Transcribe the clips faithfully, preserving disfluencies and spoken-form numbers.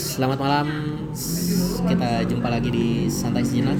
Selamat malam, kita jumpa lagi di Santai Sejenak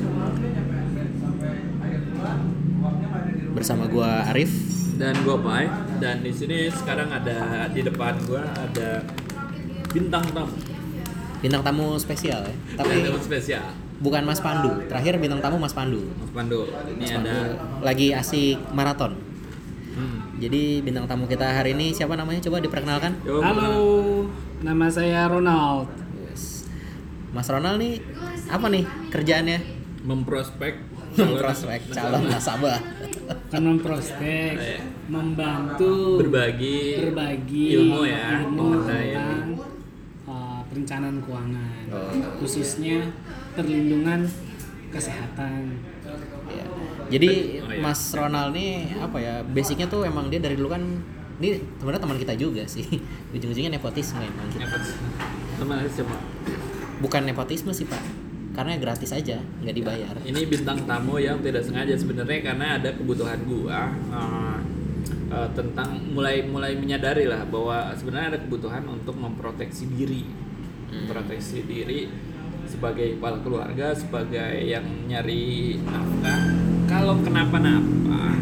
bersama gua Arif dan gua Pai. Dan di sini sekarang ada di depan gua ada bintang tamu. Bintang tamu spesial ya. Tapi Bintang tamu spesial. Bukan Mas Pandu. Terakhir bintang tamu Mas Pandu. Mas Pandu. Ini Mas ada Pandu lagi asik maraton. Hmm. Jadi bintang tamu kita hari ini siapa namanya? Coba diperkenalkan. Yo, Halo, nama saya Ronald. Yes. Mas Ronald nih apa nih kerjaannya? memprospek Memprospek calon nasabah. Kan memprospek, Iya. membantu berbagi berbagi ilmu ya, ilmu pengetahuan. tentang uh, perencanaan keuangan, Oh. khususnya perlindungan kesehatan. Ya. Jadi Oh, iya. Mas Ronald nih apa ya? Basicnya tuh emang dia dari dulu kan ini sebenarnya teman kita juga sih. Ujung-ujungnya nepotisme emang kita. Sama siapa? Bukan nepotisme sih Pak, karena gratis aja, nggak dibayar. Ini bintang tamu yang tidak sengaja sebenarnya karena ada kebutuhan gua uh, uh, tentang mulai mulai menyadari lah bahwa sebenarnya ada kebutuhan untuk memproteksi diri, Hmm. memproteksi diri sebagai kepala keluarga, sebagai yang nyari nafkah. Kalau kenapa-napa,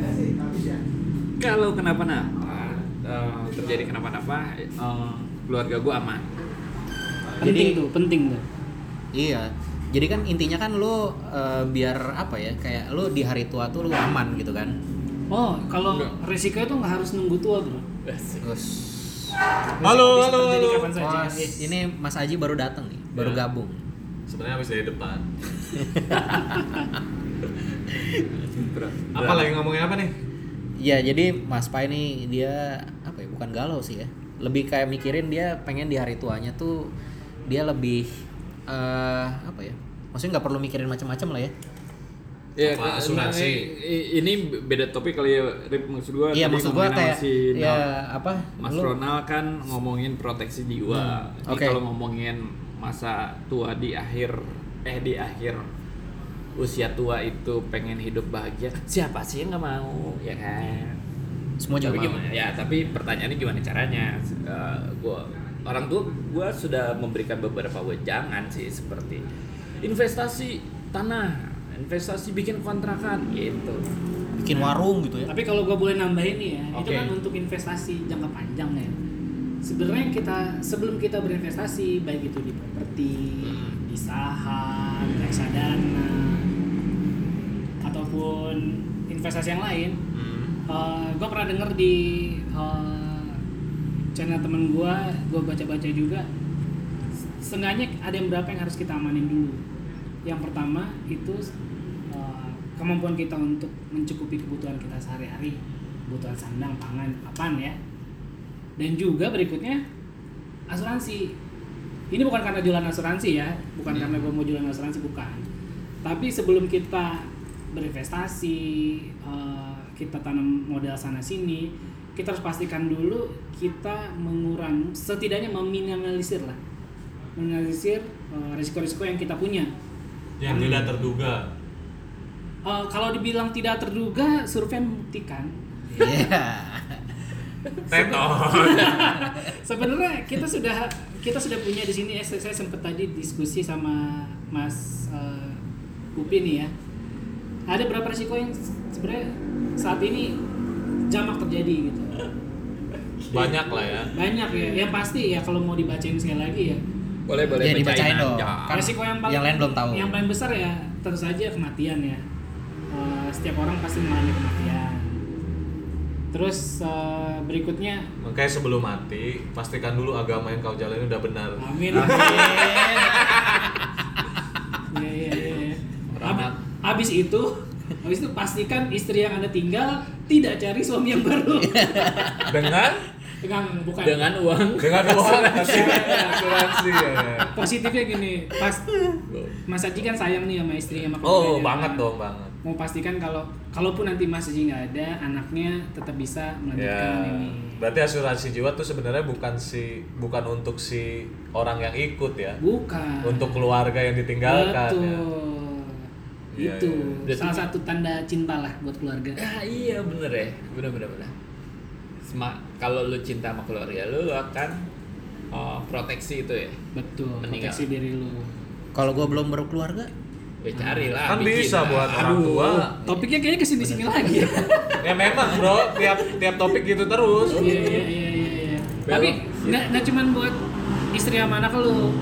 kalau kenapa-napa, uh, terjadi kenapa-napa, uh, keluarga gua aman. Penting Jadi- tuh, penting tuh. Iya. Jadi kan intinya kan lu uh, biar apa ya? Kayak lu di hari tua tuh lu aman gitu kan. Oh, kalau Enggak. resikonya tuh nggak harus nunggu tua, bro. Terus Halo, halo, terjadi halo. kapan saja. oh, Yes. ini Mas Aji baru datang nih, baru Ya. gabung. Sebenarnya habis dari depan. Bro. Apa lagi ngomongin apa nih? Ya jadi Mas Pai nih dia apa ya? Bukan galau sih ya. Lebih kayak mikirin dia pengen di hari tuanya tuh dia lebih eh apa ya? Maksudnya nggak perlu mikirin macam-macam lah ya. Ya, Apa, ke- asuransi? i- ini beda topik kali ya, Rip, maksud gua. Iya tadi maksud gua ngomongin kayak sama si ya Nal. apa? Mas lu- Ronald kan ngomongin proteksi jiwa. Hmm, Ini oke. kalau ngomongin masa tua di akhir eh di akhir usia tua itu pengen hidup bahagia, siapa sih yang nggak mau, ya kan? Semua juga Tapi mau. gimana? Ya, tapi pertanyaannya gimana caranya? Eh, gua orang tua gua sudah memberikan beberapa wejangan sih, seperti investasi tanah, investasi bikin kontrakan gitu. Bikin warung gitu ya. Tapi kalau gue boleh nambahin nih ya, itu Oke. kan untuk investasi jangka panjang ya. Sebenarnya kita sebelum kita berinvestasi, baik itu di properti, Hmm. di saham, reksadana, ataupun investasi yang lain, Hmm. gue pernah denger di uh, channel temen gue, gue baca-baca juga. Seenggaknya ada yang berapa yang harus kita amanin dulu. Yang pertama itu uh, kemampuan kita untuk mencukupi kebutuhan kita sehari-hari, kebutuhan sandang, pangan, papan ya. Dan juga berikutnya asuransi. Ini bukan karena jualan asuransi ya, bukan Hmm. karena gue mau jualan asuransi, bukan. Tapi sebelum kita berinvestasi, uh, kita tanam modal sana sini, kita harus pastikan dulu kita mengurang, setidaknya meminimalisir lah, meminimalisir uh, risiko-risiko yang kita punya. Yang tidak terduga. Uh, kalau dibilang tidak terduga, survei membuktikan. Iya. Teton. Sebenarnya kita sudah kita sudah punya di sini. Saya, saya sempat tadi diskusi sama Mas uh, Upi nih ya. Ada berapa risiko yang sebenarnya saat ini jamak terjadi gitu. Banyak lah ya. Banyak ya. Yang pasti ya kalau mau dibacain sekali lagi ya. Boleh boleh Ya, dibacain dong. aja. Kan Resiko yang paling yang lain belum tahu. Yang paling besar ya tentu saja kematian ya. Uh, setiap orang pasti mengalami kematian. Terus uh, berikutnya, Makanya sebelum mati, pastikan dulu agama yang kau jalani udah benar. amin. Iya iya iya. Hab- Habis itu, habis itu pastikan istri yang Anda tinggal tidak cari suami yang baru. Dengan Dengan bukan. Dengan uang. dengan uang asuransi ya. Positifnya gini, pas Mas Haji kan sayang nih sama istri sama Oh, keluarganya, banget kan. dong, banget. Mau pastikan kalau kalaupun nanti Mas Haji nggak ada, anaknya tetap bisa melanjutkan Ya. ini. Berarti asuransi jiwa tuh sebenarnya bukan si bukan untuk si orang yang ikut ya. Bukan. Untuk keluarga yang ditinggalkan Betul. ya. Iya, Itu iya. salah satu tanda cinta lah buat keluarga. Ah, iya bener ya, bener bener bener. Sema- kalau lu cinta sama keluarga lu, lu akan Oh, proteksi itu ya. Betul, Meninggal. proteksi diri lu. Kalau gua belum berkeluarga, Ya cari lah. Kan bikin bisa lah. buat orang Aduh, tua. topiknya kayaknya kesini-sini lagi. Ya memang bro, tiap tiap topik gitu terus. Iya iya iya iya. iya. Belok. Tapi nggak nggak cuman buat istri sama anak lu,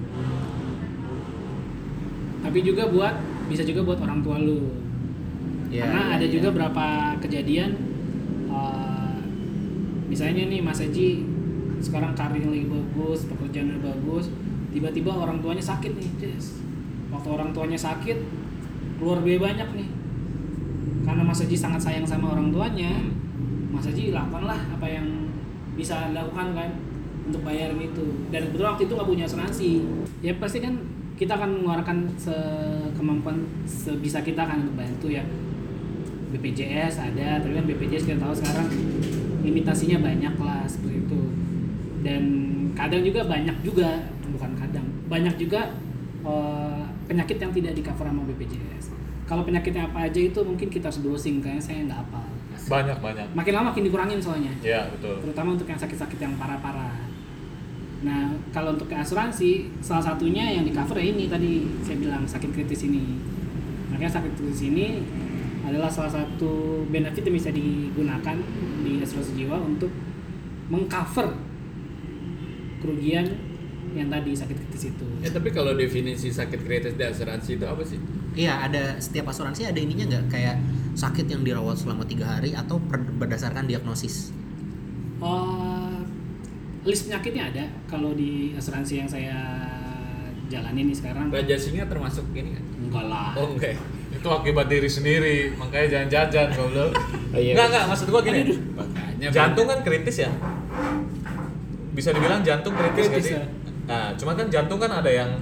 tapi juga buat bisa juga buat orang tua lu. ya, Karena ya, ada ya. juga berapa kejadian, uh, misalnya nih Mas Haji sekarang karir lagi bagus, pekerjaan udah bagus, tiba-tiba orang tuanya sakit nih, Jess. Waktu orang tuanya sakit, keluar biaya banyak nih. Karena Mas Haji sangat sayang sama orang tuanya, Mas Haji lakukanlah apa yang bisa dilakukan kan untuk bayarin itu. Dan kebetulan waktu itu nggak punya asuransi. Ya pasti kan kita akan mengeluarkan sekemampuan sebisa kita kan untuk bantu ya. B P J S ada, tapi kan B P J S kita tahu sekarang limitasinya banyak lah seperti itu. Dan kadang juga banyak juga, bukan kadang, banyak juga uh, penyakit yang tidak di cover sama B P J S. Kalau penyakitnya apa aja itu mungkin kita harus browsing, kayaknya saya nggak hafal. Banyak banyak. Makin lama makin dikurangin soalnya. Ya betul. Terutama untuk yang sakit-sakit yang parah-parah. Nah, kalau untuk ke asuransi, salah satunya yang di cover ya ini tadi saya bilang sakit kritis ini. Makanya sakit kritis ini adalah salah satu benefit yang bisa digunakan di asuransi jiwa untuk mengcover kerugian yang tadi sakit kritis itu. Ya tapi kalau definisi sakit kritis di asuransi itu apa sih? Iya, ada setiap asuransi ada ininya nggak kayak sakit yang dirawat selama tiga hari atau per- berdasarkan diagnosis. Oh, list penyakitnya ada kalau di asuransi yang saya jalanin nih sekarang. Baja Singa termasuk ini kan? Enggak lah. Oh enggak. Itu akibat diri sendiri, makanya jangan jajan goblok. Oh, iya. Enggak enggak, maksud gua gini. Makanya Jantung kan kritis ya. Bisa dibilang jantung kritis nggak Kritis sih? ya. Nah, cuman kan jantung kan ada yang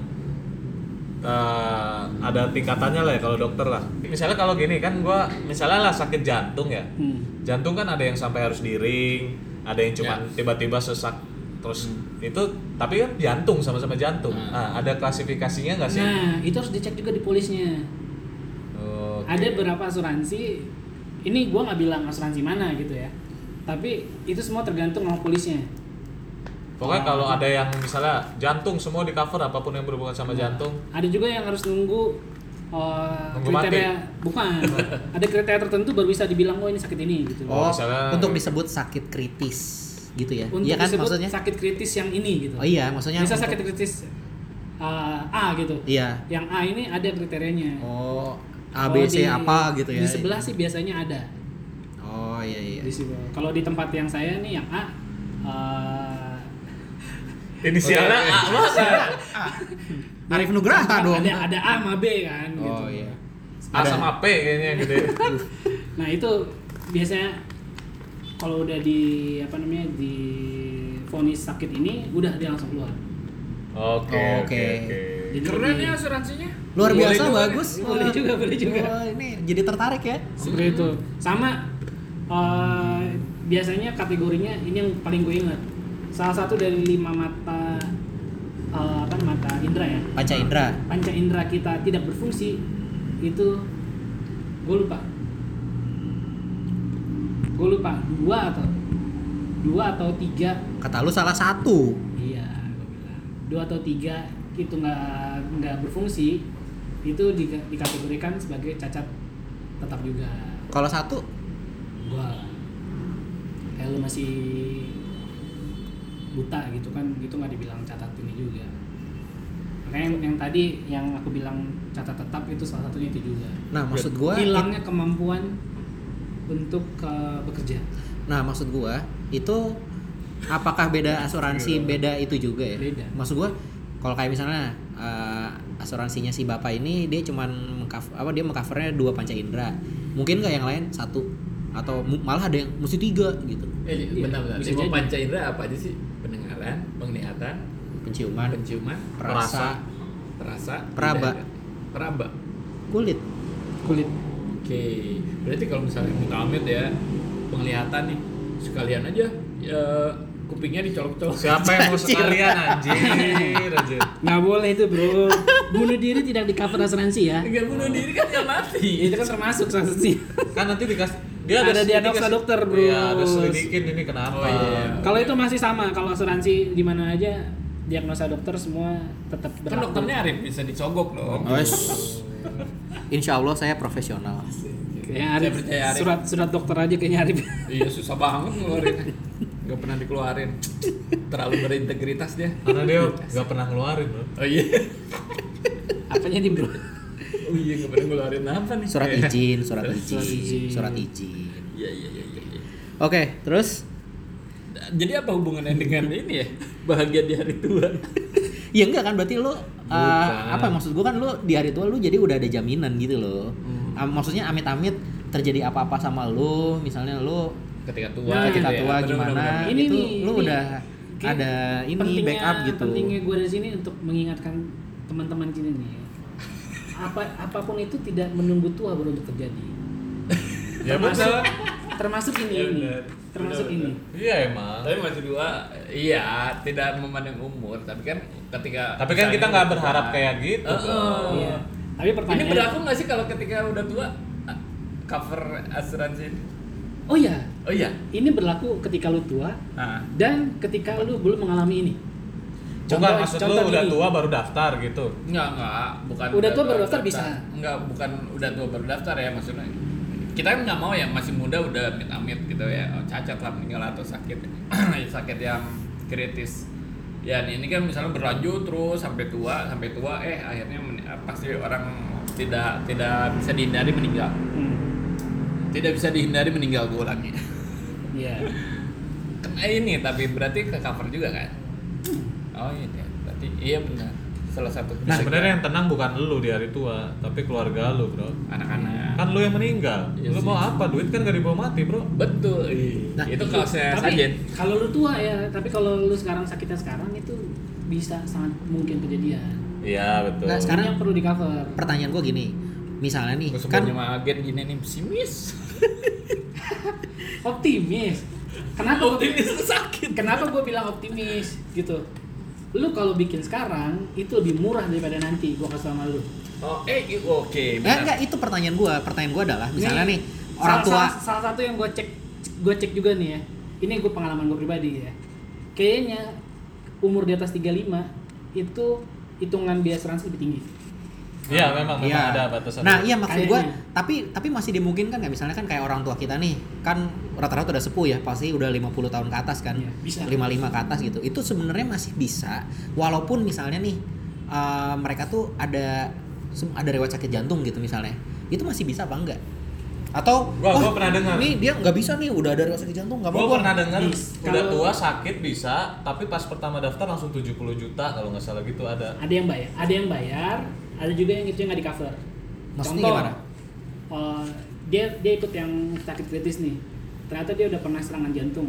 uh, ada tingkatannya lah ya kalau dokter lah. Misalnya kalau gini kan gua misalnya lah sakit jantung ya. Hmm. Jantung kan ada yang sampai harus diring, ada yang cuman Ya. tiba-tiba sesak terus itu tapi kan jantung sama-sama jantung. Hmm. Nah, ada klasifikasinya nggak sih? Nah, itu harus dicek juga di polisnya. Oke. Ada beberapa asuransi, ini gua nggak bilang asuransi mana gitu ya, tapi itu semua tergantung sama polisnya. Pokoknya Oh, kalau gitu. ada yang misalnya jantung semua di cover apapun yang berhubungan sama Nah, jantung. ada juga yang harus nunggu uh, Nunggu kriteria, bukan, ada kriteria tertentu baru bisa dibilang oh ini sakit ini gitu. Oh, Oh, misalnya- untuk disebut sakit kritis gitu ya. Untuk Iya kan disebut maksudnya? sakit kritis yang ini gitu. Oh iya, maksudnya Bisa untuk- sakit kritis uh, A gitu. Iya. Yang A ini ada kriterianya. Oh, A Kalau B C di- apa gitu ya. Di sebelah sih biasanya ada. Oh iya iya. Di sebelah. Kalau di tempat yang saya nih yang A uh, Inisialnya A mas. Arif Nugraha dong. ada ada A sama B kan gitu. Oh iya. A sama P kayaknya yang gede. Nah, itu biasanya kalau udah di apa namanya di vonis sakit ini udah dia langsung keluar. Oke Oh, oke oke. oke. Jadi Keren lebih- ya asuransinya. Luar Boleh biasa juga, bagus. boleh Wah. juga, boleh juga. Wah, ini jadi tertarik ya. Seperti itu. Sama eh, biasanya kategorinya ini yang paling gue ingat. Salah satu dari lima mata eh, apa mata indera ya. Panca indera. Panca indera kita tidak berfungsi itu gue lupa. Gue lupa dua atau dua atau tiga. Kata lu salah satu. Iya, gue bilang dua atau tiga itu nggak nggak berfungsi itu di, dikategorikan sebagai cacat tetap juga. Kalau satu Gua kayak lu masih buta gitu kan, gitu nggak dibilang cacat ini juga. Makanya yang, yang tadi yang aku bilang cacat tetap itu salah satunya itu juga. nah maksud gua Hilangnya kemampuan untuk uh, bekerja. Nah, maksud gua itu apakah beda asuransi beda itu juga ya? Beda. Maksud gua kalau kayak misalnya eh, asuransinya si bapak ini dia cuman mengcover apa dia mengcovernya dua panca indera. Mungkin nggak yang lain satu atau mu- malah ada yang mesti tiga gitu. Eh, Iya, benar-benar. bisa Lima jadi. panca indera apa aja sih? Pendengaran, penglihatan, Penciuman, penciuman, perasa, perasa, Peraba. lidah, peraba. kulit. Kulit. Oke, berarti kalau misalnya amit-amit ya penglihatan nih sekalian aja ya, kupingnya dicolok-colok. Siapa yang mau sekalian anjir anjir. Nggak boleh itu bro. Bunuh diri tidak di cover asuransi ya. Enggak bunuh diri kan nggak mati. Itu kan termasuk salah satunya. Kan nanti dikasih Dia ada selidikin diagnosa sih. dokter, bro. Iya, ada selidikin ini kenapa. Oh, iya. Kalau itu masih sama, kalau asuransi di mana aja diagnosa dokter semua tetap Kan berlaku. dokternya Arif bisa dicogok dong. Wes. Insya Allah saya profesional. Kayaknya Arif, Saya percaya Arif. surat surat dokter aja kayaknya Arif. Iya susah banget ngeluarin. Gak pernah dikeluarin. Terlalu berintegritas dia. Karena dia nggak pernah ngeluarin bro. Oh iya. Apanya di bro? Oh iya gak pernah ngeluarin apa nih? Surat izin, surat Surat izin, izin. surat izin. Iya iya iya iya. iya. Oke, terus Jadi apa hubungannya dengan ini ya? Bahagia di hari tua. ya enggak kan berarti lu uh, Bukan. apa maksud gua kan lu di hari tua lu jadi udah ada jaminan gitu loh. Hmm. Ah, maksudnya amit-amit terjadi apa-apa sama lu, misalnya lu Ketika tua. Nah, ketika gitu ya. tua Bener, gimana bener, bener. Ini itu nih, lu ini. udah Kayak ada ini pentingnya- backup gitu. Pentingnya gue di sini untuk mengingatkan teman-teman sini nih. Apa apapun itu tidak menunggu tua baru untuk terjadi. Ya termasuk bener. termasuk ini Ya ini. bener. Termasuk Bener, ini. Iya emang. Tapi masih dua, iya tidak memandang umur. Tapi kan ketika. Tapi kan kita nggak berharap kayak gitu. Uh, bro. Iya. Tapi Ini pertanyaan berlaku nggak sih kalau ketika udah tua uh, cover asuransi? ini? Oh iya, Oh iya. ini berlaku ketika lu tua Nah, dan ketika lu belum mengalami ini. Bukan maksud lu udah gini. tua baru daftar gitu. enggak enggak, bukan. Udah tua baru daftar bisa. Enggak, bukan udah tua baru daftar ya maksudnya. Kita kan nggak mau yang masih muda udah amit-amit gitu ya, oh, cacat lah meninggal atau sakit, sakit yang kritis. Ya ini kan misalnya berlanjut terus sampai tua, sampai tua, eh akhirnya men- pasti orang tidak tidak bisa dihindari meninggal. Hmm. Tidak bisa dihindari meninggal gue ulangi. Iya. Kena ini tapi berarti ke cover juga kan? Oh iya, berarti iya benar. Salah satu. Nah, sebenarnya yang tenang bukan lu di hari tua, tapi keluarga lu, bro. anak-anak. Kan lu yang meninggal. Iya Lu sih. mau apa? Duit kan gak dibawa mati, bro. Betul. Ih, Nah, itu kaosnya Tapi Sajen. kalau lu tua ya, tapi kalau lu sekarang sakitnya sekarang itu bisa sangat mungkin kejadian. Iya, betul. Nah, sekarang- Ini yang perlu di cover. Pertanyaan gua gini, misalnya nih Gue kan sebelumnya sama agen gini nih pesimis. Optimis. Kenapa gua Optimis bilang- itu sakit. Kenapa gue bilang optimis gitu? Lu kalau bikin sekarang itu lebih murah daripada nanti. Gua kasih sama lu. Oh, eh i- oke. enggak, benar. enggak itu pertanyaan gua. Pertanyaan gua adalah misalnya Nih, nih orang salah, tua salah, salah satu yang gue cek gue cek juga nih ya. Ini gue pengalaman gue pribadi ya. Kayaknya umur di atas tiga puluh lima itu hitungan biaya asuransi lebih tinggi. Iya, memang memang Iya. ada batasan. Nah, iya maksud gua, Kayaknya. tapi tapi masih dimungkinkan nggak misalnya kan kayak orang tua kita nih, kan rata-rata udah sepuh ya, pasti udah lima puluh tahun ke atas kan. Iya, bisa. lima puluh lima ke atas gitu. Itu sebenarnya masih bisa walaupun misalnya nih uh, mereka tuh ada sem- ada riwayat sakit jantung gitu misalnya. Itu masih bisa apa enggak? Atau Gua- "Wah, gua pernah dengar." Nih dia nggak bisa nih, udah ada riwayat sakit jantung, nggak mau Gue gua." pernah dengar Bis- udah kalau- tua sakit bisa, tapi pas pertama daftar langsung tujuh puluh juta kalau nggak salah gitu ada. Ada yang bayar, ada yang bayar, ada juga yang itu yang nggak di cover. Maksudnya Contoh, gimana? eh, dia dia ikut yang sakit kritis nih. Ternyata dia udah pernah serangan jantung.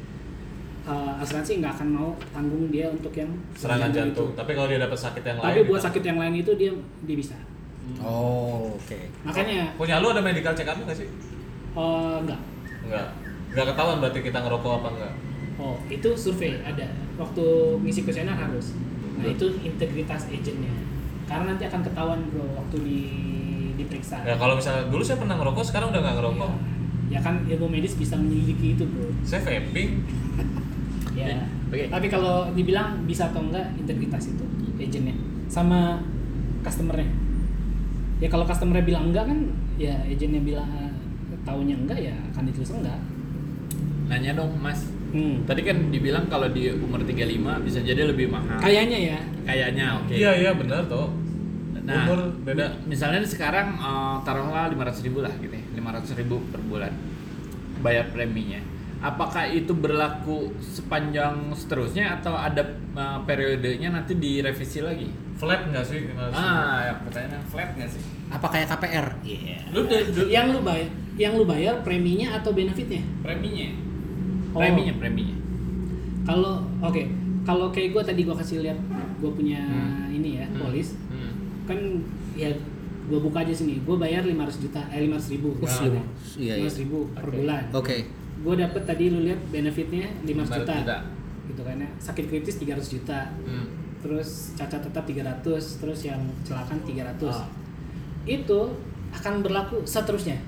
Eh, asuransi nggak akan mau tanggung dia untuk yang Serangan jantung. itu. Tapi kalau dia dapat sakit yang lain. Tapi buat kita- sakit yang lain itu dia dia bisa. Oh, oke. Makanya Punya lu ada medical check up nggak sih? eh, enggak. Enggak. Enggak ketahuan berarti kita ngerokok apa enggak. Oh, itu survei ada. Waktu ngisi kuesioner harus. Nah, itu integritas agentnya. Karena nanti akan ketahuan bro waktu di diperiksa. Ya kalau misalnya dulu saya pernah ngerokok, sekarang udah nggak ngerokok. Ya, ya kan ilmu medis bisa menyelidiki itu bro. Saya vaping. Ya. Oke. Tapi kalau dibilang bisa atau enggak integritas itu agentnya sama customernya. Ya kalau customernya bilang enggak kan, ya agentnya bilang eh, taunya enggak ya akan ditulis enggak. Nanya dong, Mas. Hmm. Tadi kan dibilang kalau di umur tiga puluh lima bisa jadi lebih mahal. Kayaknya ya. Kayaknya, oke. Iya iya benar toh. Nah, Umur beda. mi- misalnya sekarang uh, taruhlah lima ratus ribu lah gitu ya, lima ratus ribu per bulan bayar preminya. Apakah itu berlaku sepanjang seterusnya atau ada uh, periodenya nanti direvisi lagi? Flat nggak sih? Gimana sih? Ah, ya pertanyaan flat nggak sih? Apa kayak K P R? Iya. Lu de- de- Yang lu bayar, yang lu bayar preminya atau benefitnya? preminya, Oh. preminya, preminya. Kalau oke, kalau kayak gue tadi gue kasih lihat gue punya Hmm. ini ya Hmm. polis, Hmm. kan ya gue buka aja sini, gue bayar lima ratus juta, eh lima ratus ribu, Us, lima. Iya, iya. lima ratus ribu per Oke. bulan. Oke. Gue dapet tadi lu lihat benefitnya lima ratus juta, juta. gitu kan ya. Sakit kritis tiga ratus juta, Hmm. terus cacat tetap tiga ratus, terus yang kecelakaan tiga ratus. Ah. Itu akan berlaku seterusnya.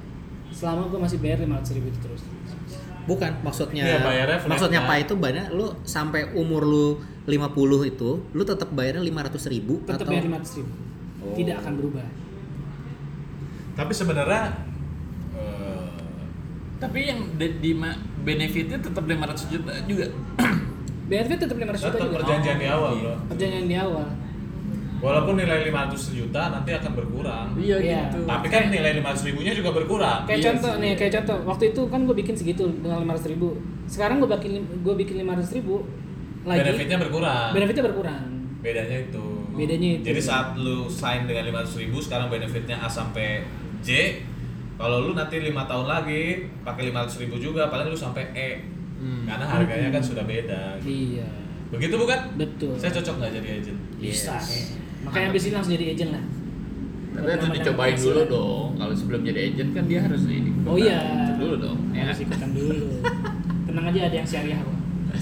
selama gue masih bayar lima ratus ribu itu terus. Bukan, maksudnya Iya, bayarnya flat, maksudnya kan? Pak itu banyak lu sampai umur lu lima puluh itu lu tetap bayarnya lima ratus ribu Tetap atau bayar lima ratus ribu. Oh. Tidak akan berubah. Tapi sebenarnya eh, Tapi yang di, di ma- benefitnya tetap lima ratus juta juga. Benefit tetap lima ratus juta tetap juga. perjanjian di awal, bro. Perjanjian di awal. Walaupun nilai lima ratus juta nanti akan berkurang. Iya Iya. gitu. Tapi kan nilai lima ratus ribunya juga berkurang. Kayak Iya contoh sih. nih, kayak contoh waktu itu kan gue bikin segitu dengan lima ratus ribu. Sekarang gue bikin gue bikin lima ratus ribu lagi. Benefitnya berkurang. Benefitnya berkurang. Bedanya itu. Bedanya itu. Jadi saat lu sign dengan lima ratus ribu, sekarang benefitnya A sampai J. Kalau lu nanti lima tahun lagi pakai lima ratus ribu juga, paling lu sampai E. Hmm. Karena harganya kan sudah beda. Iya. Begitu bukan? Betul. Saya cocok nggak jadi agent? Bisa. Yes. eh. Makanya abis ini langsung jadi agent lah. Tapi Buat harus nambah-nambah dicobain dulu penghasilan. dong. Kalau sebelum jadi agent kan dia harus ini. Oh iya. Ikut dulu dong. Ya. Harus ikutan dulu. Tenang aja, ada yang syariah kok.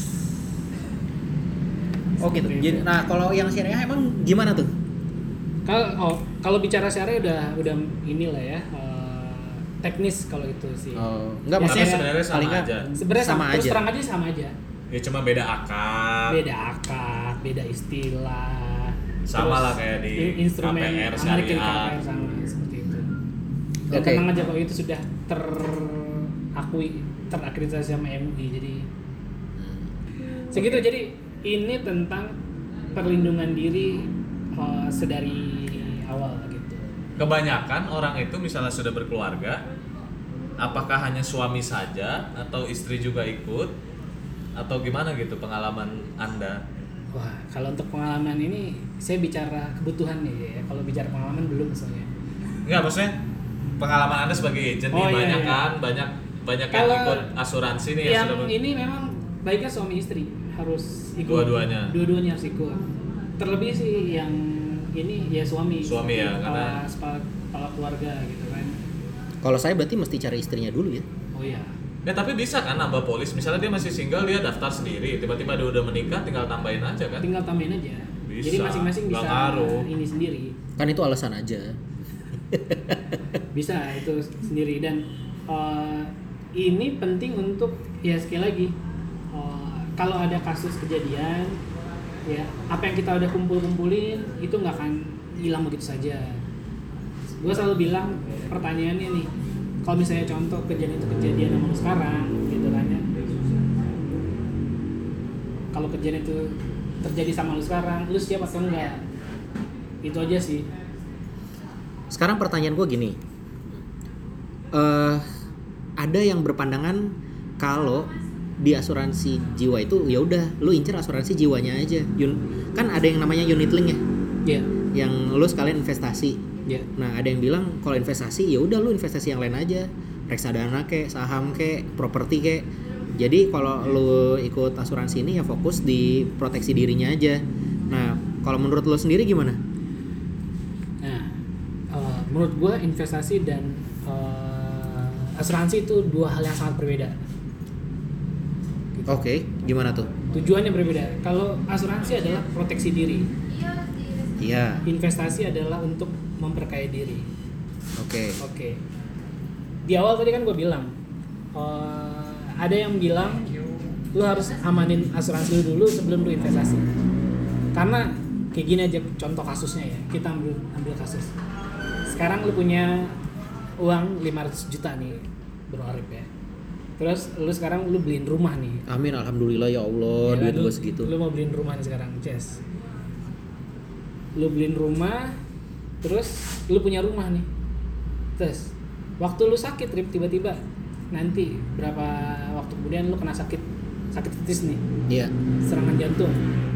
Oh gitu. Jadi, nah kalau yang syariah emang gimana tuh? Kalau oh, kalau bicara syariah udah udah inilah ya eh, teknis kalau itu sih. Oh, enggak Ya, Tapi maksudnya sebenarnya sama paling nggak aja. Sebenarnya sama, sama terus aja. terang aja sama aja. Ya cuma beda akad. Beda akad, beda istilah. Sama terus lah kayak di in- instrumen K P R Amerika di syariah. K P R sama seperti itu. Dan Oke. tenang aja kalau itu sudah terakui, terakreditasi sama M U I jadi segitu. Jadi ini tentang perlindungan diri uh, sedari awal gitu. Kebanyakan orang itu misalnya sudah berkeluarga, apakah hanya suami saja atau istri juga ikut atau gimana gitu pengalaman Anda? Wah, kalau untuk pengalaman ini saya bicara kebutuhan nih ya. Kalau bicara pengalaman belum soalnya. Enggak, maksudnya pengalaman Anda sebagai agent Oh, nih iya, banyak iya. kan, banyak banyak yang Kalau ikut asuransi nih yang, yang sudah ber- ini memang baiknya suami istri harus ikut. Dua-duanya. Dua-duanya harus ikut. Terlebih sih yang ini ya suami. Suami ya, kepala, karena- kepala, kepala keluarga gitu kan. Kalau saya berarti mesti cari istrinya dulu ya. Oh iya. Ya tapi bisa kan nambah polis, misalnya dia masih single, dia daftar sendiri, tiba-tiba dia udah menikah, tinggal tambahin aja kan? Tinggal tambahin aja. Bisa, Jadi masing-masing nggak bisa ngaruh. ini sendiri. Kan itu alasan aja. Bisa itu sendiri dan uh, ini penting untuk ya sekali lagi uh, kalau ada kasus kejadian ya apa yang kita udah kumpul-kumpulin itu nggak akan hilang begitu saja. Gue selalu bilang pertanyaannya nih, kalau misalnya contoh kejadian itu kejadian sama lu sekarang gitu kan ya, kalau kejadian itu terjadi sama lu sekarang, lu siap atau enggak? Itu aja sih. Sekarang pertanyaan gue gini, eh ada yang berpandangan kalau di asuransi jiwa itu ya udah lu incer asuransi jiwanya aja. Yun, kan ada yang namanya unit link ya, Iya. yang lu sekalian investasi. Iya. Nah ada yang bilang kalau investasi ya udah lu investasi yang lain aja, reksadana kek, saham kek, properti kek. Jadi kalau lu ikut asuransi ini ya fokus di proteksi dirinya aja. Nah kalau menurut lu sendiri gimana? Nah, uh, menurut gue investasi dan uh, asuransi itu dua hal yang sangat berbeda. Gitu. Oke, gimana tuh? Tujuannya berbeda. Kalau asuransi adalah proteksi diri, Iya, investasi adalah untuk memperkaya diri. oke. Oke. Di awal tadi kan gue bilang, uh, ada yang bilang lu harus amanin asuransi lu dulu sebelum lu investasi. Karena kayak gini aja contoh kasusnya ya. Kita ambil ambil kasus. Sekarang lu punya uang lima ratus juta nih, Bro Arif ya. Terus lu sekarang lu beliin rumah nih. Amin, alhamdulillah ya Allah, Ya, duit lu, gue segitu. Lu mau beliin rumah nih sekarang, Ces. Lu beliin rumah, terus lu punya rumah nih. Terus waktu lu sakit, Rip, tiba-tiba nanti berapa waktu kemudian lu kena sakit sakit kritis nih, Iya, serangan jantung.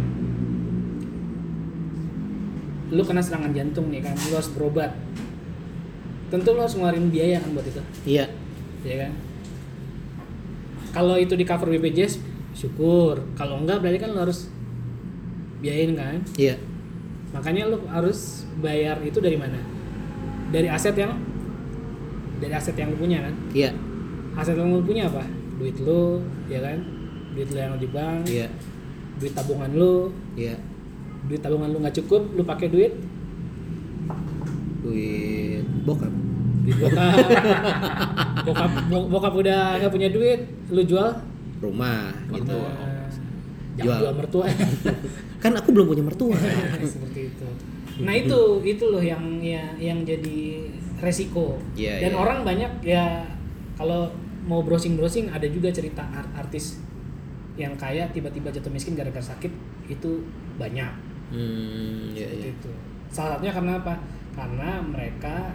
Lu kena serangan jantung nih kan, lu harus berobat. Tentu lu harus ngeluarin biaya kan buat itu, iya, ya kan? Kalau itu di cover B P J S, syukur. Kalau enggak berarti kan lu harus biayain kan? iya. Makanya lu harus bayar itu dari mana? Dari aset yang dari aset yang lu punya kan? Iya, Aset yang lu punya apa? Duit lu, ya kan? Duit lu yang di bank, iya, duit tabungan lu. iya. Duit tabungan lu nggak cukup, lu pakai duit Duit bokap. bokap bo- bokap udah nggak punya duit, lu jual Rumah gitu. Nah, jangan Jual. jual mertua. Kan aku belum punya mertua. Seperti itu. Nah itu itu loh yang ya, yang jadi resiko. Iya, Dan iya. orang banyak ya kalau mau browsing-browsing ada juga cerita art- artis yang kaya tiba-tiba jatuh miskin gara-gara sakit, itu banyak. Hmm, iya Seperti iya. itu. Salah satunya karena apa? Karena mereka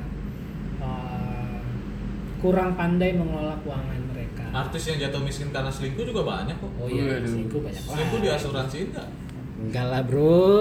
uh, kurang pandai mengelola keuangan mereka. Artis yang jatuh miskin karena selingkuh juga banyak kok. Oh iya, Waduh. selingkuh banyak lah. Selingkuh diasuransiin nggak? Enggak lah bro.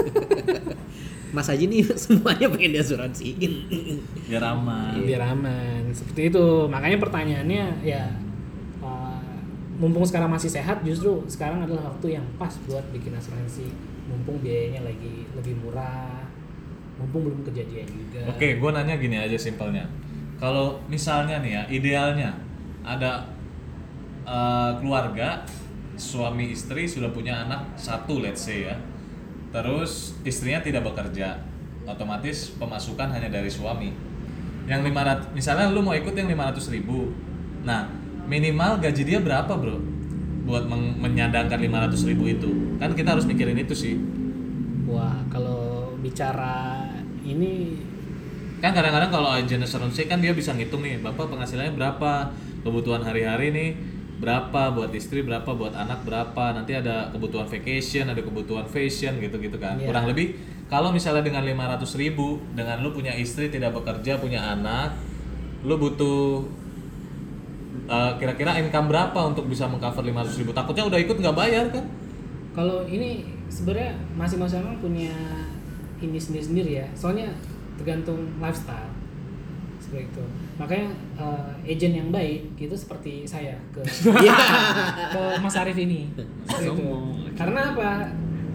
Mas Haji nih semuanya pengen diasuransiin. Biar aman. Biar aman. Seperti itu. Makanya pertanyaannya ya uh, mumpung sekarang masih sehat, justru sekarang adalah waktu yang pas buat bikin asuransi. Mumpung biayanya lagi lebih murah. Mumpung belum kejadian juga. Oke, gue nanya gini aja simpelnya. Kalau misalnya nih ya, idealnya ada uh, keluarga, suami istri sudah punya anak satu, let's say ya. Terus istrinya tidak bekerja, otomatis pemasukan hanya dari suami. Yang lima ratus, misalnya lu mau ikut yang lima ratus ribu. Nah, minimal gaji dia berapa bro? Buat meng- menyandangkan lima ratus ribu itu. Kan kita harus mikirin itu sih. Wah, kalau bicara ini Kan kadang-kadang kalau agen asuransi kan dia bisa ngitung nih, bapak penghasilannya berapa, kebutuhan hari-hari nih berapa, buat istri berapa, buat anak berapa, nanti ada kebutuhan vacation, ada kebutuhan fashion gitu-gitu kan. Iya. Kurang lebih kalau misalnya dengan lima ratus ribu, dengan lu punya istri tidak bekerja, punya anak, lu butuh uh, kira-kira income berapa untuk bisa mengcover lima ratus ribu? Takutnya udah ikut nggak bayar kan? kalau ini sebenarnya masing-masing orang punya ini sendiri-sendiri ya. Soalnya tergantung lifestyle. Seperti itu. Makanya uh, agent yang baik itu seperti saya ke ke Mas Arif ini. Seperti itu. Karena apa?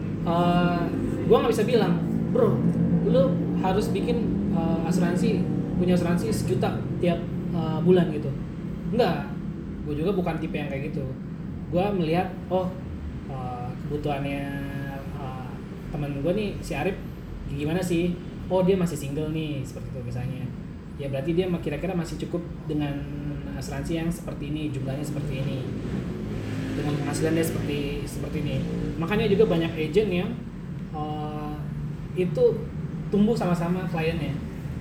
Uh, gua nggak bisa bilang, bro, lu harus bikin uh, asuransi, punya asuransi sejuta tiap uh, bulan gitu. Enggak, gue juga bukan tipe yang kayak gitu. Gue melihat, oh uh, kebutuhannya uh, teman gue nih si Arif gimana sih? Oh dia masih single nih, seperti itu misalnya. Ya berarti dia kira-kira masih cukup dengan asuransi yang seperti ini, jumlahnya seperti ini, dengan penghasilannya seperti seperti ini. Makanya juga banyak agent yang uh, itu tumbuh sama-sama kliennya.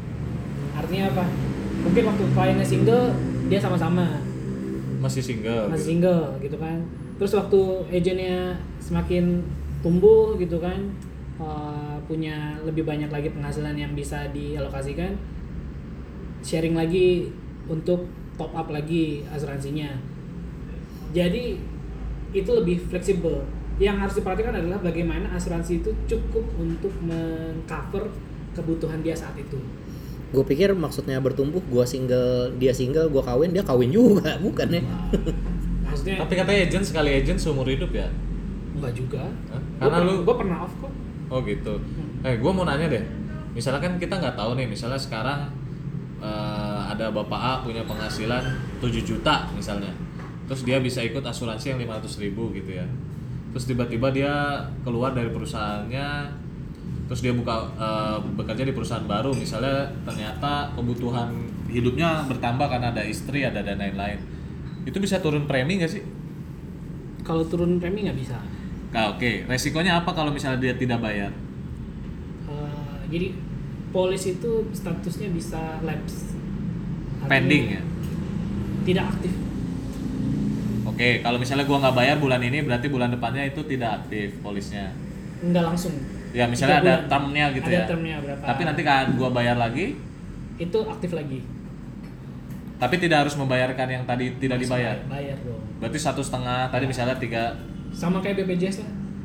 Artinya apa? Mungkin waktu kliennya single dia sama-sama Masih single. masih gitu. single gitu kan. Terus waktu agennya semakin tumbuh gitu kan, uh, punya lebih banyak lagi penghasilan yang bisa dialokasikan, sharing lagi untuk top up lagi asuransinya. Jadi itu lebih fleksibel. Yang harus diperhatikan adalah bagaimana asuransi itu cukup untuk mengcover kebutuhan dia saat itu. Gue pikir maksudnya bertumbuh, gue single, dia single, gue kawin, dia kawin juga, bukan ya? Maksudnya Tapi katanya agent sekali agent seumur hidup ya? enggak juga. Hah? Gua Karena per- lu gua pernah off kok. Oh gitu. Eh, gue mau nanya deh. Misalnya kan kita nggak tahu nih, misalnya sekarang eh, ada bapak A punya penghasilan tujuh juta misalnya. Terus dia bisa ikut asuransi yang lima ratus ribu gitu ya. Terus tiba-tiba dia keluar dari perusahaannya, terus dia buka eh, bekerja di perusahaan baru, misalnya ternyata kebutuhan hidupnya bertambah karena ada istri, ada dan lain-lain. Itu bisa turun premi nggak sih? Kalau turun premi nggak bisa. Nah, oke. Resikonya apa kalau misalnya dia tidak bayar? Uh, jadi polis itu statusnya bisa lapse. Artinya Pending ya? Tidak aktif. Oke, kalau misalnya gua nggak bayar bulan ini, berarti bulan depannya itu tidak aktif polisnya. Nggak langsung. Ya misalnya Tiga ada bulan. termnya gitu Ada ya. termnya berapa? Tapi nanti kan gua bayar lagi, itu aktif lagi. tapi tidak harus membayarkan yang tadi tidak Harus dibayar. Bayar dong. Berarti satu setengah tadi misalnya tiga. Sama kayak B P J S lah.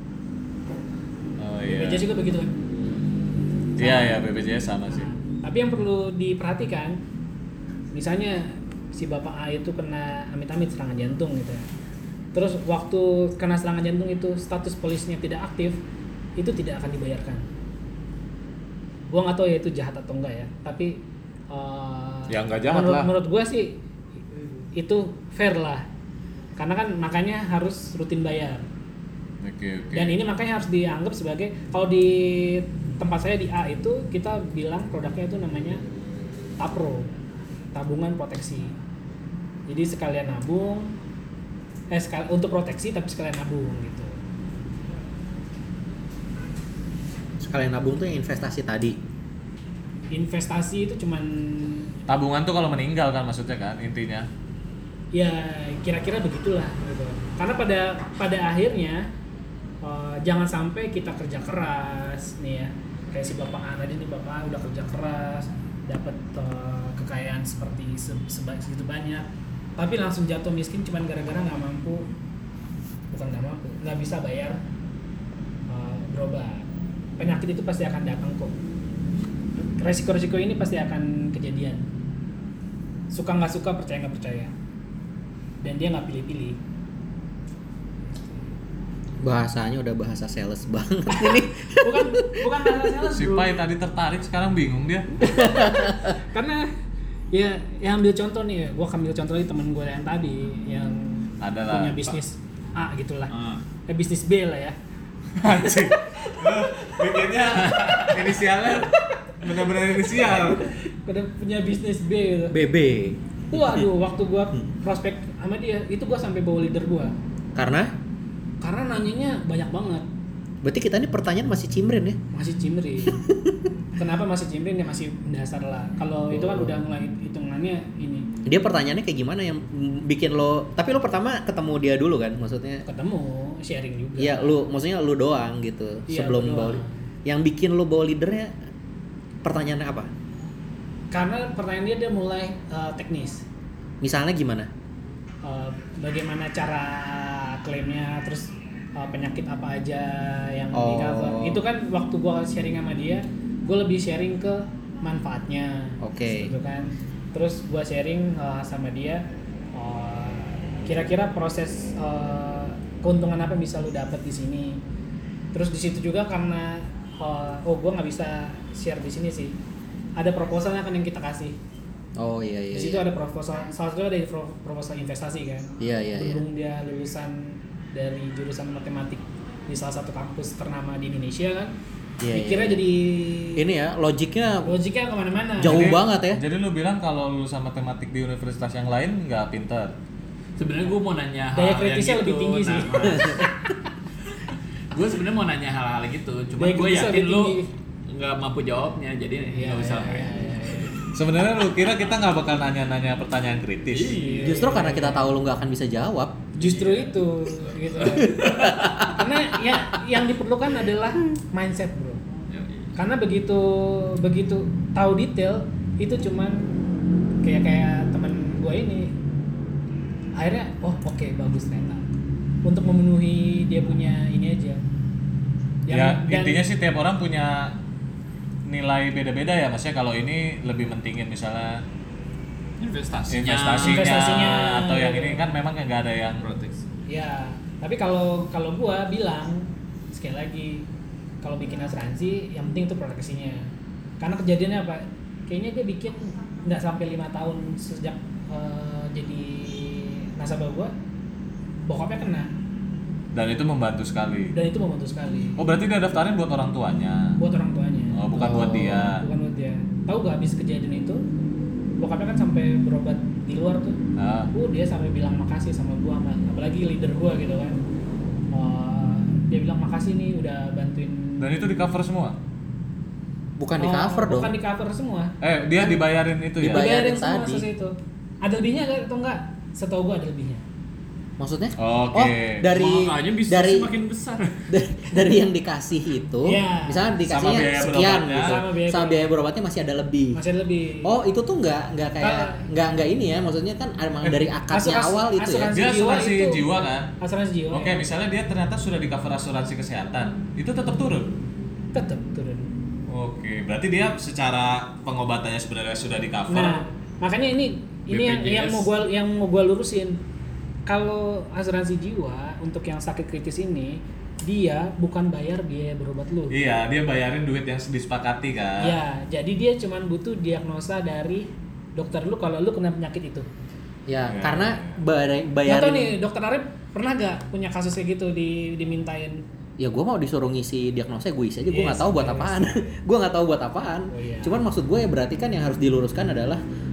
Oh B iya. P J S juga begitu kan. Iya ya B P J S sama sih. Nah, tapi yang perlu diperhatikan, misalnya si bapak A itu kena amit-amit serangan jantung gitu ya. Terus waktu kena serangan jantung itu status polisnya tidak aktif, itu tidak akan dibayarkan. Gua nggak tahu ya itu jahat atau enggak ya, tapi uh, Ya, nggak jahat menurut, lah. menurut gua sih itu fair lah, karena kan makanya harus rutin bayar. Oke oke. Dan ini makanya harus dianggap sebagai, kalau di tempat saya di A itu kita bilang produknya itu namanya Tapro. tabungan proteksi. Jadi sekalian nabung, eh sekal, untuk proteksi tapi sekalian nabung gitu. Sekalian nabung tuh yang investasi tadi. Investasi itu cuman Tabungan tuh kalau meninggal kan maksudnya kan intinya. ya kira-kira begitulah gitu. Karena pada pada akhirnya uh, jangan sampai kita kerja keras nih ya. Kayak si Bapak A tadi nih, Bapak udah kerja keras, dapat uh, kekayaan seperti se- sebanyak segitu banyak, tapi langsung jatuh miskin cuman gara-gara nggak mampu, bukan nggak mampu, nggak bisa bayar uh, berobat. Penyakit itu pasti akan datang kok. Resiko-resiko ini pasti akan kejadian. Suka nggak suka, percaya nggak percaya. Dan dia nggak pilih-pilih. Bahasanya udah bahasa sales banget ini. Bukan bukan bahasa sales Si bro. Pai tadi tertarik sekarang bingung dia. Karena ya yang ambil contoh nih, gue ambil contoh lagi temen gue yang tadi yang Adalah, punya bisnis A gitulah, Ah. eh bisnis B lah ya. Anjing. Lu bikinnya inisialnya benar-benar inisial. Udah punya bisnis B gitu. B B. Waduh, waktu gue prospek sama dia, itu gue sampai bawa leader gue. Karena Karena nanyanya banyak banget, berarti kita ini pertanyaan masih cimren ya. masih cimri. Kenapa masih cimri? Ya masih dasar lah. Kalau itu kan Oh. udah mulai hitungannya ini. Dia pertanyaannya kayak gimana yang bikin lo, tapi lo pertama ketemu dia dulu kan maksudnya. Ketemu, sharing juga. Iya, lu maksudnya lu doang gitu Iya, sebelum lu bawa. doang. Yang bikin lo bawa leadernya pertanyaannya apa? Karena pertanyaan dia dia mulai uh, teknis. Misalnya gimana? Uh, bagaimana cara klaimnya, terus uh, penyakit apa aja yang Oh. di cover. Itu kan waktu gua sharing sama dia, gua lebih sharing ke manfaatnya. Oke. Gitu kan. Terus gua sharing uh, sama dia uh, kira-kira proses uh, keuntungan apa yang bisa lu dapat di sini. Terus di situ juga karena uh, oh gua nggak bisa share di sini sih. Ada proposalnya kan yang kita kasih. Oh iya iya. Di situ iya. ada proposal, salah satunya ada pro- proposal investasi kan. Iya iya iya. Berhubung dia lulusan dari jurusan matematik di salah satu kampus ternama di Indonesia kan. Iya, Mikirnya iya. jadi Ini ya logiknya logiknya kemana-mana. Jauh Jadi- banget ya. Jadi lu bilang kalau lulusan matematik di universitas yang lain nggak pinter. Sebenarnya gue mau nanya Daya hal kritisnya yang lebih gitu. tinggi sih. Gue sebenarnya mau nanya hal-hal gitu, cuman Daya gue kritisnya yakin lebih lu tinggi. nggak mampu jawabnya, jadi Iya, nggak usah. iya, iya, iya. Sebenarnya lu kira kita nggak bakal nanya-nanya pertanyaan kritis? Iya. Justru karena kita tahu lu nggak akan bisa jawab. Justru itu gitu. Karena ya yang diperlukan adalah mindset, Bro. Karena begitu begitu tahu detail itu cuman kayak kayak teman gue ini akhirnya oh oke okay, bagus ternyata untuk memenuhi dia punya ini aja. Yang- Ya dan- intinya sih tiap orang punya nilai beda-beda ya, maksudnya kalau ini lebih mentingin misalnya Investasinya. investasinya, Investasinya. atau yang ini kan memang nggak ada yang Proteksi. Ya, tapi kalau kalau gua bilang sekali lagi kalau bikin asuransi yang penting itu proteksinya. Karena kejadiannya apa? Kayaknya dia bikin nggak sampai lima tahun sejak eh, jadi nasabah gua, bokapnya kena dan itu membantu sekali. dan itu membantu sekali Oh berarti dia daftarin buat orang tuanya. buat orang tuanya. Oh bukan Oh. buat dia. Bukan buat dia. Tahu gak habis kejadian itu, bokapnya kan sampai berobat di luar tuh. Ah. Uh, dia sampai bilang makasih sama gua, sama- apalagi leader gua gitu kan. Uh, dia bilang makasih nih udah bantuin. Dan itu di cover semua. Bukan di Oh, cover dong. Bukan di cover semua. Eh dia dibayarin itu ya. Dibayar. Dibayarin Dibayarin semua tadi. selesai itu. Ada lebihnya nggak atau enggak? Setahu gua ada lebihnya. Maksudnya? Oke. Oh, dari Makanya bisnisnya dari makin besar. dari, dari yang dikasih itu, Iya. misalnya Sama dikasihnya biaya sekian berobatnya. gitu. Sama biaya Sama biaya berobatnya masih ada lebih. Masih ada lebih. Oh, itu tuh nggak nggak kayak Ah. nggak nggak ini ya, maksudnya kan emang Eh, dari akadnya asuransi- awal itu ya. asuransi Dia jiwa asuransi itu- jiwa kan. Asuransi jiwa. Oke, misalnya dia ternyata sudah di cover asuransi kesehatan, itu tetap turun. Tetap turun. Oke, berarti dia secara pengobatannya sebenarnya sudah di cover. Nah, makanya ini ini yang, B P J S. yang mau gua yang mau gua lurusin. Kalau asuransi jiwa untuk yang sakit kritis ini, dia bukan bayar biaya berobat lu. Iya, dia bayarin duit yang disepakati kan. Ya, jadi dia cuman butuh diagnosa dari dokter lu kalau lu kena penyakit itu. Ya, Ya. karena bayar, Nggak bayarin. tahu nih, dokter Arif pernah gak punya kasus kayak gitu di dimintain? Ya gue mau disuruh ngisi diagnosa gue isi aja, gue Yes, nggak tahu buat yes. apaan. Gue nggak tahu buat apaan. Oh, iya. Cuman maksud gue ya berarti kan yang harus diluruskan adalah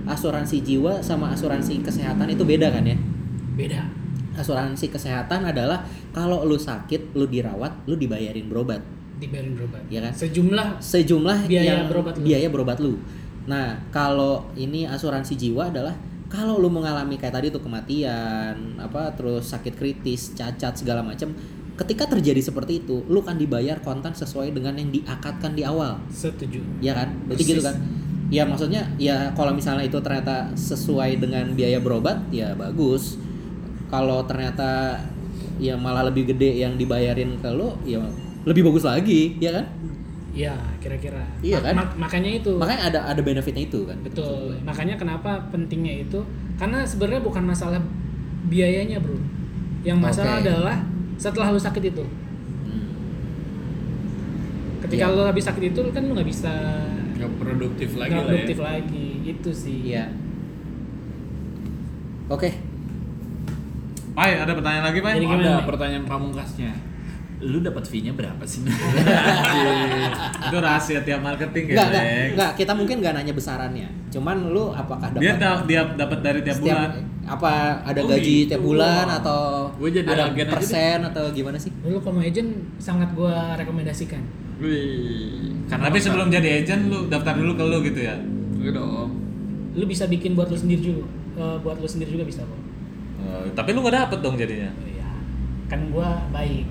asuransi jiwa sama asuransi kesehatan itu beda kan ya? Beda. Asuransi kesehatan adalah kalau lu sakit, lu dirawat, lu dibayarin berobat. Dibayarin berobat. Ya kan? Sejumlah Sejumlah biaya yang berobat lu. biaya berobat lu. Nah, kalau ini asuransi jiwa adalah kalau lu mengalami kayak tadi tuh kematian, apa terus sakit kritis, cacat segala macam, ketika terjadi seperti itu, lu kan dibayar kontan sesuai dengan yang diakatkan di awal. Setuju. Ya kan? Berarti gitu kan? Ya maksudnya ya kalau misalnya itu ternyata sesuai dengan biaya berobat ya bagus. Kalau ternyata ya malah lebih gede yang dibayarin ke lu ya lebih bagus lagi, ya kan? Iya, kira-kira. Iya kan? Ma- makanya itu. Makanya ada ada benefitnya itu kan. Betul. Makanya kenapa pentingnya itu? Karena sebenarnya bukan masalah biayanya, Bro. Yang masalah Oke. adalah setelah lu sakit itu. Hmm. Ketika Iya. lu habis sakit itu kan lu nggak bisa Nggak produktif lagi nggak lah produktif ya. lagi. Itu sih. Iya. Oke. Pai, ada pertanyaan lagi, Pai? Jadi gimana Ada nih? pertanyaan pamungkasnya. Lu dapat fee-nya berapa sih? Itu rahasia tiap marketing ya, Enggak, enggak, Leng. enggak, kita mungkin enggak nanya besarannya. Cuman lu apakah dapat Dia da- dia dapat dari tiap setiap bulan. apa ada Oh, gaji gitu. tiap bulan Wah. atau Gua jadi ada agen aja persen atau gimana sih? Dulu kalau agent sangat gua rekomendasikan. Wih. Tapi sebelum jadi agent lu daftar dulu ke lu gitu ya. Iya dong. Lu bisa bikin buat lu sendiri juga. Eh, buat lu sendiri juga bisa kok. Oh, tapi lu nggak dapet dong jadinya. Oh, iya. Kan gua baik.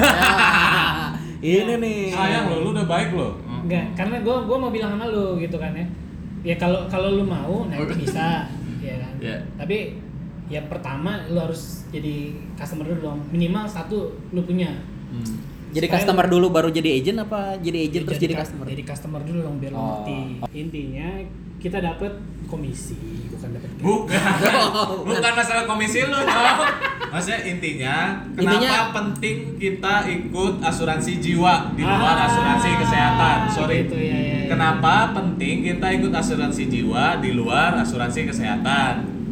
Ya, ini nih. Sayang lo, lu udah baik lo. Enggak, karena gua gua mau bilang sama lu gitu kan ya. Ya kalau kalau lu mau, nah itu bisa, ya kan. Iya. Tapi ya pertama lu harus jadi customer dulu dong. Minimal satu lu punya. Hmm. Jadi Supaya customer lu- dulu baru jadi agent apa jadi agent terus jadi cu- customer? Jadi customer dulu dong biar lu Oh. ngerti. Intinya kita dapat komisi, bukan dapat gaji. Bukan. Bukan masalah komisi lu, dong. Maksudnya intinya kenapa Intinya- penting kita ikut asuransi jiwa di luar Ah, asuransi kesehatan. Sorry. gitu, ya, ya, ya. Kenapa penting kita ikut asuransi jiwa di luar asuransi kesehatan?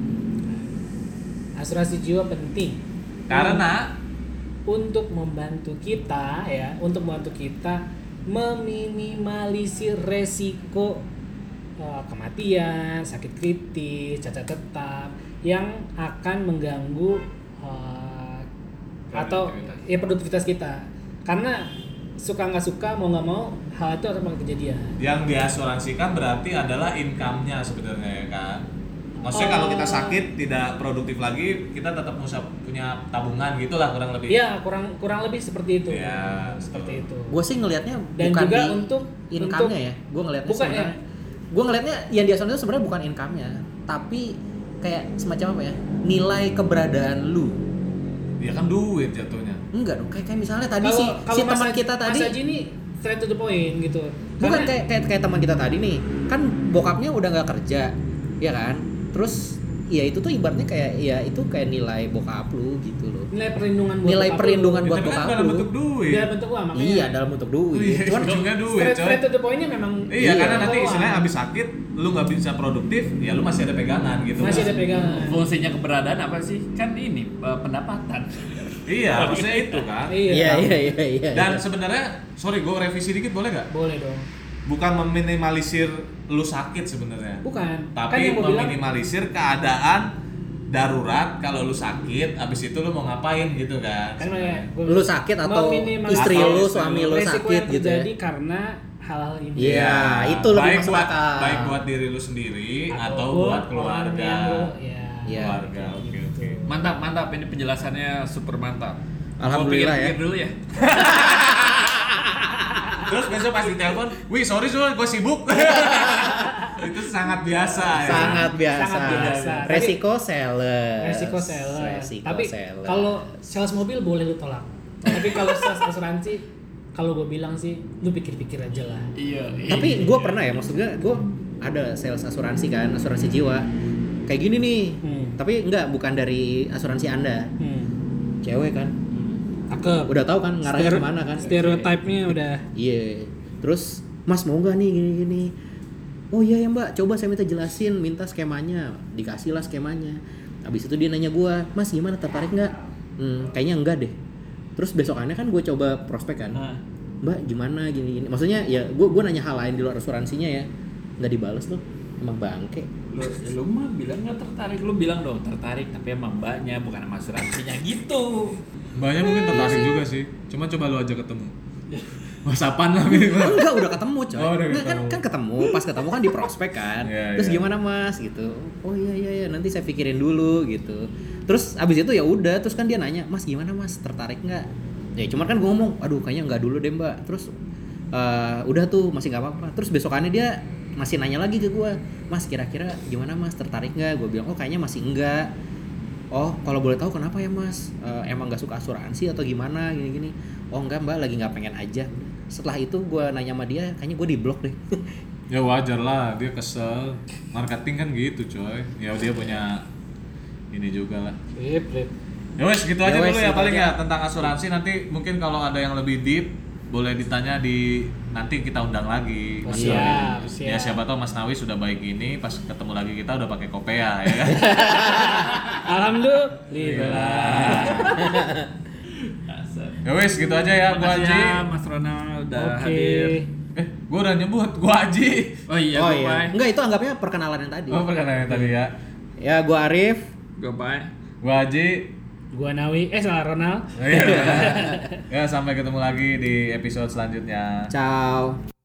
Asuransi jiwa penting. Karena Untuk membantu kita ya, untuk membantu kita meminimalisir resiko uh, kematian, sakit kritis, cacat tetap yang akan mengganggu uh, atau ya produktivitas kita. Karena suka nggak suka mau nggak mau hal itu akan bakal kejadian. yang diasuransikan berarti adalah income-nya sebenarnya ya kan. Maksudnya Oh. kalau kita sakit tidak produktif lagi, kita tetap bisa punya tabungan gitulah kurang lebih. Iya kurang kurang lebih seperti itu. Iya, seperti itu. Gue sih ngelihatnya Dan bukan juga di untuk income-nya untuk- ya. Gue ngelihatnya bukan sebenarnya. ya. Gue ngelihatnya yang diasuransi itu sebenarnya bukan income-nya, tapi kayak semacam apa ya? Nilai keberadaan lu. Ya kan duit jatuhnya. Enggak dong, kayak, kayak misalnya tadi Kalau si, kalau si teman Mas- kita tadi Mas Haji ini straight to the point gitu. bukan Karena- kayak, kayak kayak teman kita tadi nih, kan bokapnya udah nggak kerja, ya kan? Terus ya itu tuh ibaratnya kayak ya itu kayak nilai bokap lu gitu loh. nilai perlindungan buat Nilai bokap perlindungan lu. buat Tapi kan bokap dalam lu. bentuk duit. Dalam bentuk uang makanya. Iya, dalam bentuk duit. Iya, Cuman ujungnya duit, straight, coy. straight to the point-nya memang Iya, Iya. karena nanti uang. istilahnya habis sakit, lu nggak bisa produktif, ya lu masih ada pegangan gitu. masih kan. ada pegangan. Fungsinya keberadaan apa sih? Kan ini eh, pendapatan. Iya, harusnya itu kan. Iya. Iya, iya, iya, iya. Dan sebenarnya, sorry gue revisi dikit boleh nggak? Boleh dong. Bukan meminimalisir lu sakit sebenarnya. Bukan. Tapi Kan yang gua bilang- meminimalisir keadaan darurat kalau lu sakit, abis itu lu mau ngapain gitu kan? Kan makanya gua Lu bilang, sakit atau meminimalisir istri Atau lu, istri suami lu. lu resiko sakit yang gitu ya. terjadi karena hal-hal ini. Iya, itu lebih baik masuk buat, akal. baik buat diri lu sendiri atau Ataupun buat orang keluarga. yang lu- Iya. Iya. Keluarga, oke oke. Mantap, mantap. Ini penjelasannya super mantap. Alhamdulillah Gua ya. pikir-pikir dulu ya. Terus besok pas ditelepon, wih sorry sorry gue sibuk. Itu sangat biasa ya. Sangat biasa. Sangat biasa. Resiko sales. Resiko sales. Resiko Tapi sales. kalau sales mobil boleh lu tolak. Tapi kalau sales asuransi, kalau gue bilang sih, lu pikir-pikir aja lah. Iya. Tapi gue pernah ya, maksudnya gue ada sales asuransi kan, asuransi jiwa. Kayak gini nih. Hmm. Tapi enggak, bukan dari asuransi Anda. Hmm. Cewek kan. Cakep. Udah tahu kan ngarahnya Stereo- kemana kan? Stereotipnya udah. Iya. Terus, Mas mau nggak nih gini-gini? Oh iya ya Mbak, coba saya minta jelasin, minta skemanya. Dikasih lah skemanya. Habis itu dia nanya gue, Mas gimana, tertarik nggak? Hmm, kayaknya enggak deh. Terus besokannya kan gue coba prospek kan. Nah. Mbak gimana gini-gini. Maksudnya ya gue gue nanya hal lain di luar asuransinya ya. Nggak dibales tuh. Emang bangke. Lu, ya lu mah bilang nggak tertarik, lu bilang dong tertarik tapi emang mbaknya bukan sama asuransinya gitu. Mbaknya mungkin tertarik juga sih, cuma coba lu aja ketemu. Whatsappan lah minimal. Enggak, udah ketemu coy. Oh, udah Nggak, kan ketemu. kan ketemu, pas ketemu kan di prospek kan. Iya, Terus iya. gimana Mas gitu. Oh iya iya iya, nanti saya pikirin dulu gitu. Terus abis itu ya udah, terus kan dia nanya, "Mas gimana Mas? Tertarik nggak?" Ya cuman kan gue ngomong, "Aduh kayaknya nggak dulu deh Mbak." Terus eh, udah tuh masih nggak apa-apa. Terus besokannya dia masih nanya lagi ke gue, "Mas kira-kira gimana Mas? Tertarik nggak?" Gue bilang, "Oh kayaknya masih enggak." "Oh kalau boleh tahu kenapa ya Mas? Eh, emang nggak suka asuransi atau gimana gini-gini?" "Oh enggak Mbak, lagi nggak pengen aja." Setelah itu gue nanya sama dia, kayaknya gue di blok deh. Ya wajar lah, dia kesel. Marketing kan gitu coy. Ya dia punya ini juga lah. Rip, rip. Ya wes gitu Ya aja wes, dulu ya gitu paling aja. ya tentang asuransi. Nanti mungkin kalau ada yang lebih deep boleh ditanya di nanti kita undang lagi. Mas Siap, Nawi. siap. Ya siapa tahu Mas Nawi sudah baik ini pas ketemu lagi kita udah pakai kopea ya kan. Alhamdulillah. Asal. Ya wes gitu aja ya gua Makasih Haji. ya Mas Ronald udah Oke. hadir. Eh, gua udah nyebut gua Haji. Oh iya, Oh goodbye. iya. Enggak, itu anggapnya perkenalan yang tadi. Oh, perkenalan tadi ya. Ya gue Arif. Goodbye. Gua Haji. Gua Nawi, eh salah Ronald. Ya, sampai ketemu lagi di episode selanjutnya. Ciao.